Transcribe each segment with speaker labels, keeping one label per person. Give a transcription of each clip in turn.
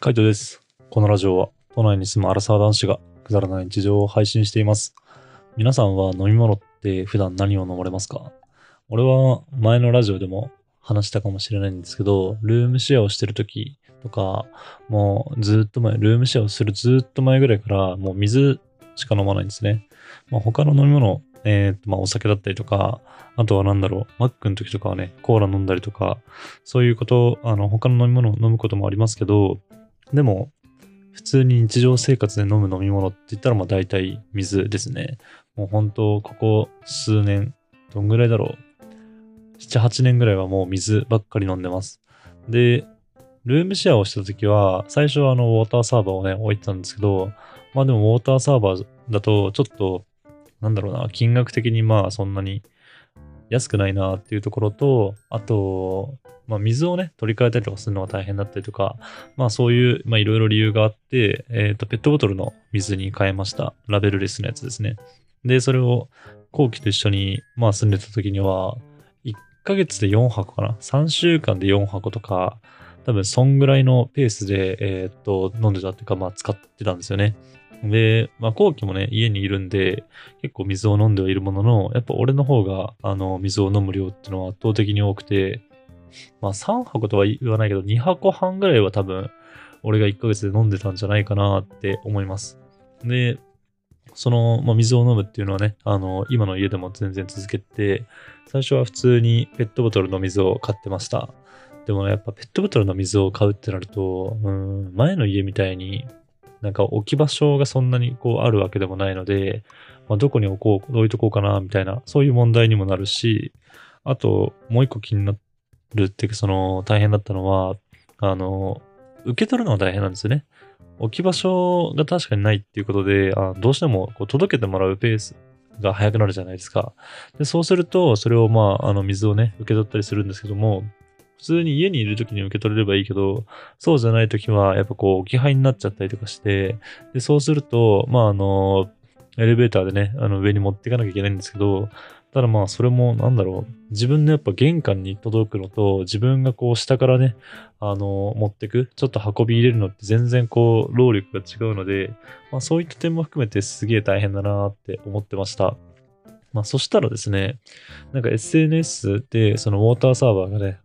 Speaker 1: カイトです。このラジオは都内に住むアラサー男子がくだらない日常を配信しています。皆さんは飲み物って普段何を飲まれますか？俺は前のラジオでも話したかもしれないんですけど、ルームシェアをしてる時とか、もうずっと前、ルームシェアをするずっと前ぐらいからもう水しか飲まないんですね。他の飲み物、お酒だったりとか、あとはマックの時とかはね、コーラ飲んだりとか、そういうこと、他の飲み物を飲むこともありますけど、でも、普通に日常生活で飲む飲み物って言ったら大体水ですね。もう本当、ここ数年、どんぐらいだろう。7、8年ぐらいはもう水ばっかり飲んでます。で、ルームシェアをした時は、最初はウォーターサーバーをね、置いてたんですけど、でもウォーターサーバーだと、ちょっと、金額的にそんなに安くないなっていうところと、あと、水をね、取り替えたりとかするのが大変だったりとか、そういう、いろいろ理由があって、ペットボトルの水に変えました。ラベルレスのやつですね。で、それを後期と一緒に、住んでた時には、1ヶ月で4箱かな ?3 週間で4箱とか、多分そんぐらいのペースで、飲んでたっていうか、使ってたんですよね。で、後期もね、家にいるんで、結構水を飲んではいるものの、やっぱ俺の方が、水を飲む量っていうのは圧倒的に多くて、3箱とは言わないけど、2箱半ぐらいは多分、俺が1ヶ月で飲んでたんじゃないかなって思います。で、水を飲むっていうのはね、今の家でも全然続けて、最初は普通にペットボトルの水を買ってました。でもね、やっぱペットボトルの水を買うってなると、前の家みたいに、置き場所がそんなにあるわけでもないので、どこに置いとこうかな、みたいな、そういう問題にもなるし、あと、もう一個気になるっていうか、大変だったのは、受け取るのが大変なんですよね。置き場所が確かにないっていうことで、どうしても届けてもらうペースが早くなるじゃないですか。で、そうすると、それを水をね、受け取ったりするんですけども、普通に家にいる時に受け取れればいいけど、そうじゃない時は、やっぱ置き配になっちゃったりとかして、で、そうすると、エレベーターでね、上に持っていかなきゃいけないんですけど、ただそれも自分のやっぱ玄関に届くのと、自分が下からね、持ってく、ちょっと運び入れるのって全然労力が違うので、そういった点も含めてすげえ大変だなって思ってました。そしたらですね、SNS でそのウォーターサーバーがね、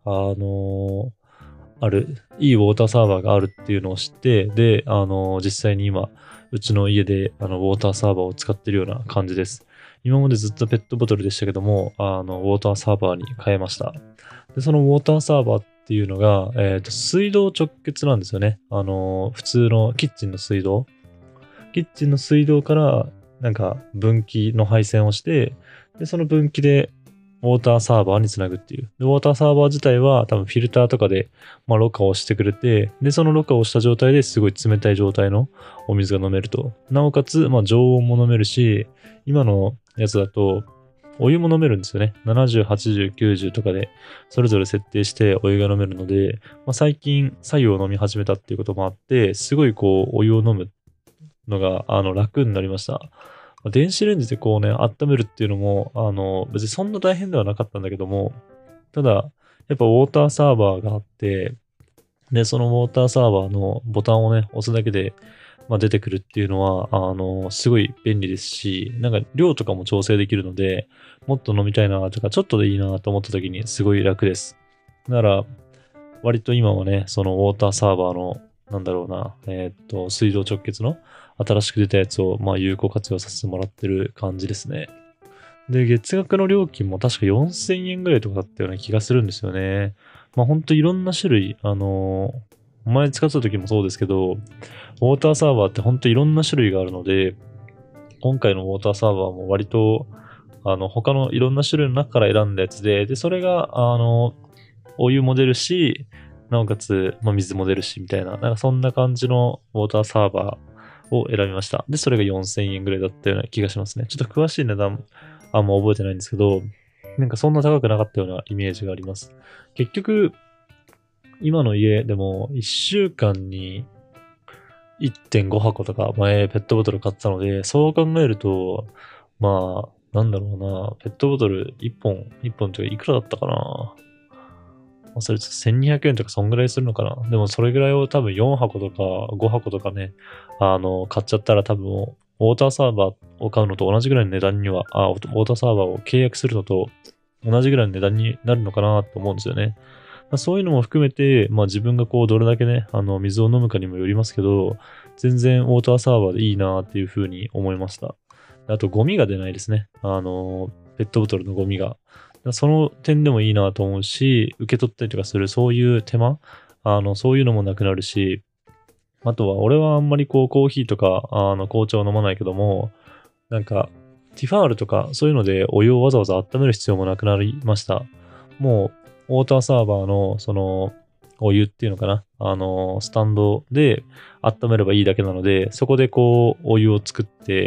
Speaker 1: いいウォーターサーバーがあるっていうのを知って、で、実際に今、うちの家でウォーターサーバーを使ってるような感じです。今までずっとペットボトルでしたけども、ウォーターサーバーに変えました。で、そのウォーターサーバーっていうのが、水道直結なんですよね。普通のキッチンの水道。キッチンの水道から、分岐の配線をして、で、その分岐でウォーターサーバーにつなぐっていう。で、ウォーターサーバー自体は多分フィルターとかで、ろ過をしてくれて、で、そのろ過をした状態ですごい冷たい状態のお水が飲めると。なおかつ、常温も飲めるし、今のやつだと、お湯も飲めるんですよね。70、80、90とかで、それぞれ設定してお湯が飲めるので、最近、白湯を飲み始めたっていうこともあって、すごいお湯を飲むのが、楽になりました。電子レンジで温めるっていうのも、別にそんな大変ではなかったんだけども、ただ、やっぱウォーターサーバーがあって、で、そのウォーターサーバーのボタンをね、押すだけで、出てくるっていうのは、すごい便利ですし、量とかも調整できるので、もっと飲みたいなとか、ちょっとでいいなと思った時にすごい楽です。だから、割と今はね、そのウォーターサーバーの、水道直結の新しく出たやつを、有効活用させてもらってる感じですね。で、月額の料金も確か4000円ぐらいとかだったような気がするんですよね。ほんといろんな種類、前使ってた時もそうですけど、ウォーターサーバーってほんといろんな種類があるので、今回のウォーターサーバーも割と、他のいろんな種類の中から選んだやつで、それが、お湯も出るし、なおかつ、水も出るし、みたいな、そんな感じのウォーターサーバーを選びました。で、それが4000円ぐらいだったような気がしますね。ちょっと詳しい値段、あんま覚えてないんですけど、そんな高くなかったようなイメージがあります。結局、今の家でも1週間に1.5箱とか前ペットボトル買ってたので、そう考えると、ペットボトル1本というかいくらだったかな。 それ1200円とかそんぐらいするのかな。でもそれぐらいを多分4箱とか5箱とかね、買っちゃったら多分、ウォーターサーバーを買うのと同じぐらいの値段には、ウォーターサーバーを契約するのと同じぐらいの値段になるのかなと思うんですよね。そういうのも含めて、自分がこう、どれだけね、水を飲むかにもよりますけど、全然ウォーターサーバーでいいなっていうふうに思いました。あと、ゴミが出ないですね。ペットボトルのゴミが。その点でもいいなと思うし、受け取ったりとかする、そういう手間、そういうのもなくなるし、あとは、俺はあんまりこう、コーヒーとか、紅茶を飲まないけども、なんか、ティファールとか、そういうのでお湯をわざわざ温める必要もなくなりました。もう、ウォーターサーバーの、お湯っていうのかな、スタンドで温めればいいだけなので、そこでこう、お湯を作って、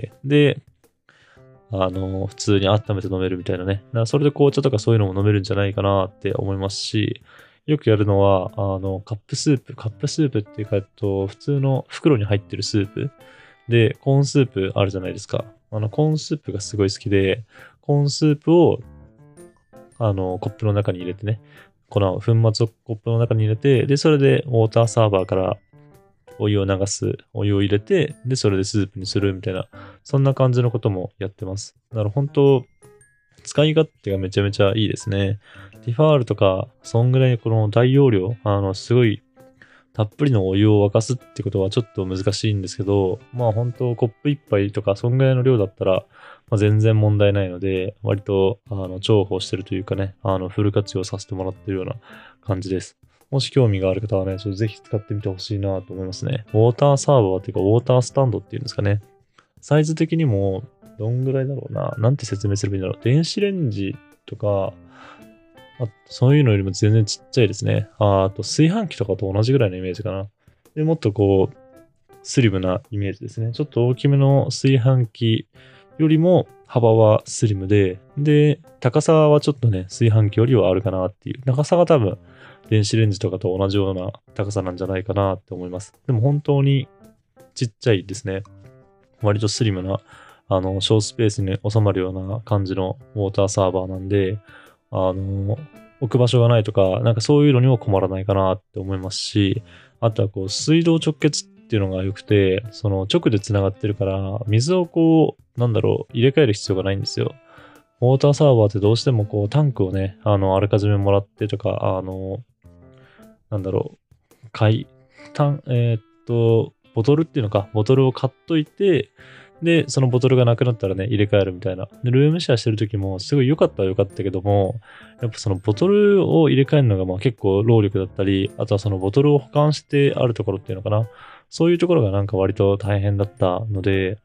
Speaker 1: で、普通に温めて飲めるみたいなね。それで紅茶とかそういうのも飲めるんじゃないかなって思いますし、よくやるのは、カップスープっていうか、普通の袋に入ってるスープで、コーンスープあるじゃないですか。コーンスープがすごい好きで、コーンスープを、コップの中に入れてね、粉末をコップの中に入れて、で、それでウォーターサーバーからお湯を流す、お湯を入れて、で、それでスープにするみたいな、そんな感じのこともやってます。だから本当、使い勝手がめちゃめちゃいいですね。ティファールとか、そんぐらいこの大容量、すごい、たっぷりのお湯を沸かすってことはちょっと難しいんですけど、本当コップ一杯とか、そんぐらいの量だったら、全然問題ないので、割と、重宝してるというかね、フル活用させてもらってるような感じです。もし興味がある方はね、ちょっとぜひ使ってみてほしいなと思いますね。ウォーターサーバーっていうか、ウォータースタンドっていうんですかね。サイズ的にも、どんぐらいだろうな。なんて説明すればいいんだろう。電子レンジとか、そういうのよりも全然ちっちゃいですね。あと炊飯器とかと同じぐらいのイメージかな。で、もっとこう、スリムなイメージですね。ちょっと大きめの炊飯器よりも幅はスリムで、で、高さはちょっとね、炊飯器よりはあるかなっていう。長さが多分、電子レンジとかと同じような高さなんじゃないかなって思います。でも本当にちっちゃいですね。割とスリムな、小スペースに収まるような感じのウォーターサーバーなんで、置く場所がないとか、なんかそういうのにも困らないかなって思いますし、あとはこう、水道直結っていうのが良くて、その直で繋がってるから、水をこう、入れ替える必要がないんですよ。ウォーターサーバーってどうしてもこう、タンクをね、あらかじめもらってとか、なんだろう、買い、たん、ボトルっていうのか、ボトルを買っといて、で、そのボトルがなくなったらね、入れ替えるみたいな。で、ルームシェアしてる時も、すごい良かったは良かったけども、やっぱそのボトルを入れ替えるのが結構労力だったり、あとはそのボトルを保管してあるところっていうのかな。そういうところがなんか割と大変だったので、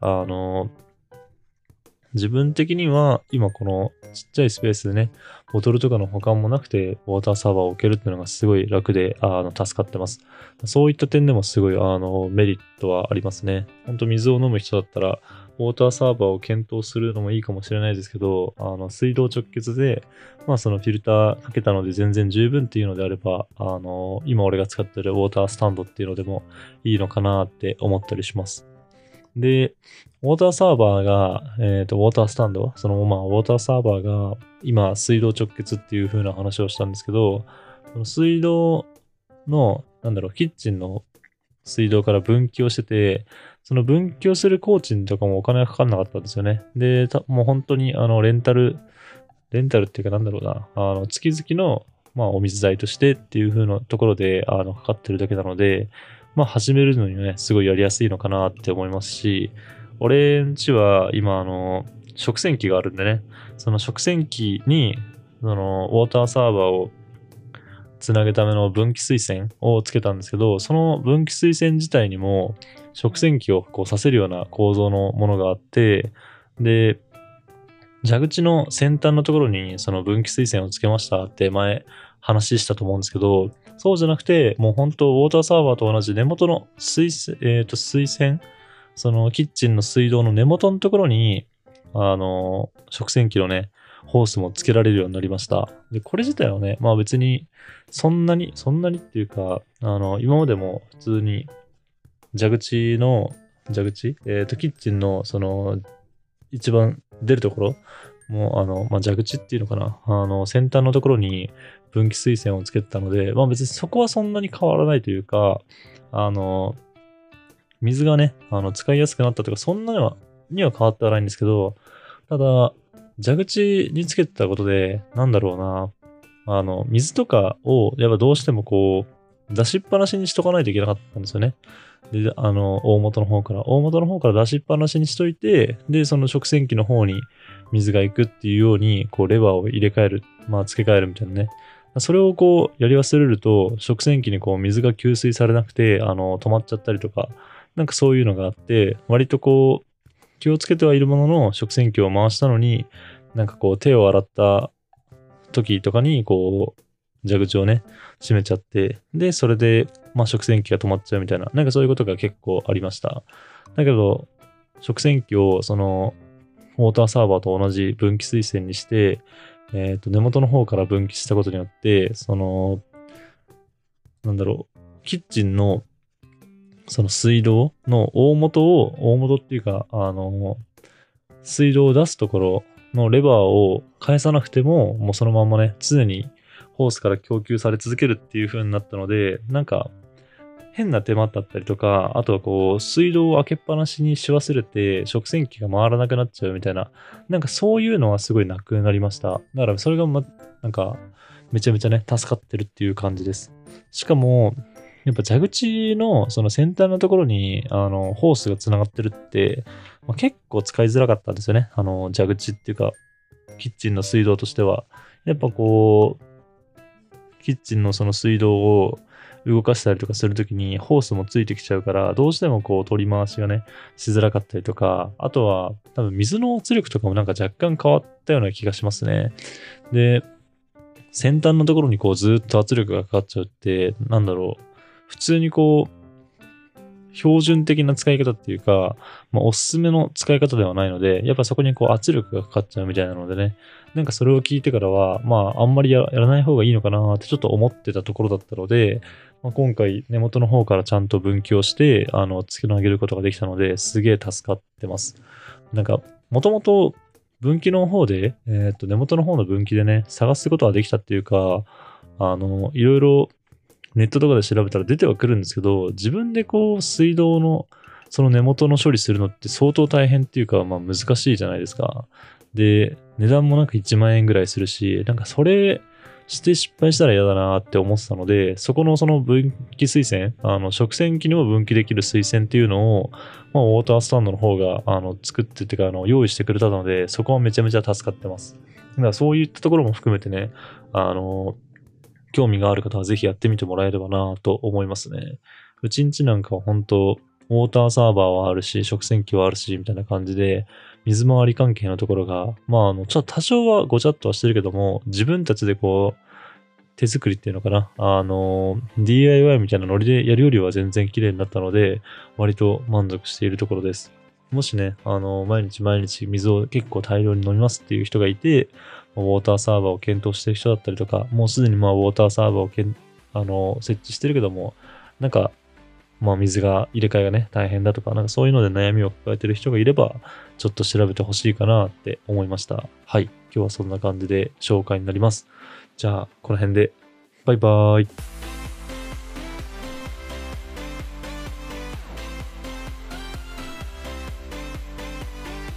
Speaker 1: 自分的には今このちっちゃいスペースでね、ボトルとかの保管もなくてウォーターサーバーを置けるっていうのがすごい楽で、助かってます。そういった点でもすごい、メリットはありますね。ほんと水を飲む人だったら、ウォーターサーバーを検討するのもいいかもしれないですけど、水道直結で、そのフィルターかけたので全然十分っていうのであれば、今俺が使ってるウォータースタンドっていうのでもいいのかなって思ったりします。で、ウォーターサーバーが、ウォータースタンド、ウォーターサーバーが、今、水道直結っていう風な話をしたんですけど、その水道の、キッチンの水道から分岐をしてて、その分岐をする工賃とかもお金がかかんなかったんですよね。で、もう本当に、レンタルっていうか月々の、お水代としてっていう風なところで、かかってるだけなので、始めるのにね、すごいやりやすいのかなって思いますし、俺んちは今、食洗機があるんでね、その食洗機に、ウォーターサーバーをつなぐための分岐水栓をつけたんですけど、その分岐水栓自体にも、食洗機をこうさせるような構造のものがあって、で、蛇口の先端のところにその分岐水栓をつけましたって前話したと思うんですけど、そうじゃなくて、もう本当ウォーターサーバーと同じ根元の水栓、そのキッチンの水道の根元のところに、食洗機のね、ホースもつけられるようになりました。で、これ自体はね、別に、そんなにっていうか、今までも普通に、キッチンの、一番出るところもう蛇口っていうのかな。先端のところに分岐水栓をつけてたので、別にそこはそんなに変わらないというか、水がね、使いやすくなったとか、そんなには変わってはないんですけど、ただ、蛇口につけてたことで、水とかを、やっぱどうしても出しっぱなしにしとかないといけなかったんですよね。で、大元の方から出しっぱなしにしといて、で、その食洗機の方に水が行くっていうように、レバーを入れ替える、付け替えるみたいなね。それをやり忘れると、食洗機に水が給水されなくて、止まっちゃったりとか、そういうのがあって、割と気をつけてはいるものの、食洗機を回したのに、手を洗った時とかに、蛇口をね、閉めちゃって、で、それで、食洗機が止まっちゃうみたいな、そういうことが結構ありました。だけど、食洗機を、ウォーターサーバーと同じ分岐水栓にして、根元の方から分岐したことによって、キッチンの、その水道の大元っていうか、水道を出すところのレバーを返さなくても、もうそのまんまね、常にホースから供給され続けるっていう風になったので、変な手間だったりとか、あとは水道を開けっぱなしにし忘れて、食洗機が回らなくなっちゃうみたいな、そういうのはすごいなくなりました。だからそれがめちゃめちゃね、助かってるっていう感じです。しかも、やっぱ蛇口のその先端のところに、ホースが繋がってるって、結構使いづらかったんですよね。蛇口っていうか、キッチンの水道としては。やっぱキッチンのその水道を動かしたりとかするときにホースもついてきちゃうから、どうしても取り回しがね、しづらかったりとか、あとは多分水の圧力とかも若干変わったような気がしますね。で、先端のところにずっと圧力がかかっちゃうって、普通に標準的な使い方っていうか、おすすめの使い方ではないので、やっぱそこに圧力がかかっちゃうみたいなのでね、それを聞いてからは、あんまりやらない方がいいのかなってちょっと思ってたところだったので、今回根元の方からちゃんと分岐をして、つけ上げることができたので、すげえ助かってます。もともと分岐の方で、根元の方の分岐でね、探すことはできたっていうか、いろいろネットとかで調べたら出てはくるんですけど、自分で水道のその根元の処理するのって相当大変っていうか、難しいじゃないですか。で、値段も1万円ぐらいするし、それして失敗したら嫌だなって思ってたので、そこのその分岐水栓、食洗機にも分岐できる水栓っていうのを、ウォータースタンドの方が作ってっていうか用意してくれたので、そこはめちゃめちゃ助かってます。だからそういったところも含めてね、興味がある方はぜひやってみてもらえればなと思いますね。うちんちは本当ウォーターサーバーはあるし、食洗機はあるし、みたいな感じで、水回り関係のところが、ちょっと多少はごちゃっとはしてるけども、自分たちで手作りっていうのかな、DIY みたいなノリでやるよりは全然綺麗になったので、割と満足しているところです。もしね、毎日水を結構大量に飲みますっていう人がいて、ウォーターサーバーを検討している人だったりとか、もうすでにウォーターサーバーを設置してるけども、水が入れ替えがね、大変だとか、そういうので悩みを抱えてる人がいれば、ちょっと調べてほしいかなって思いました。はい。今日はそんな感じで紹介になります。じゃあ、この辺で、バイバーイ。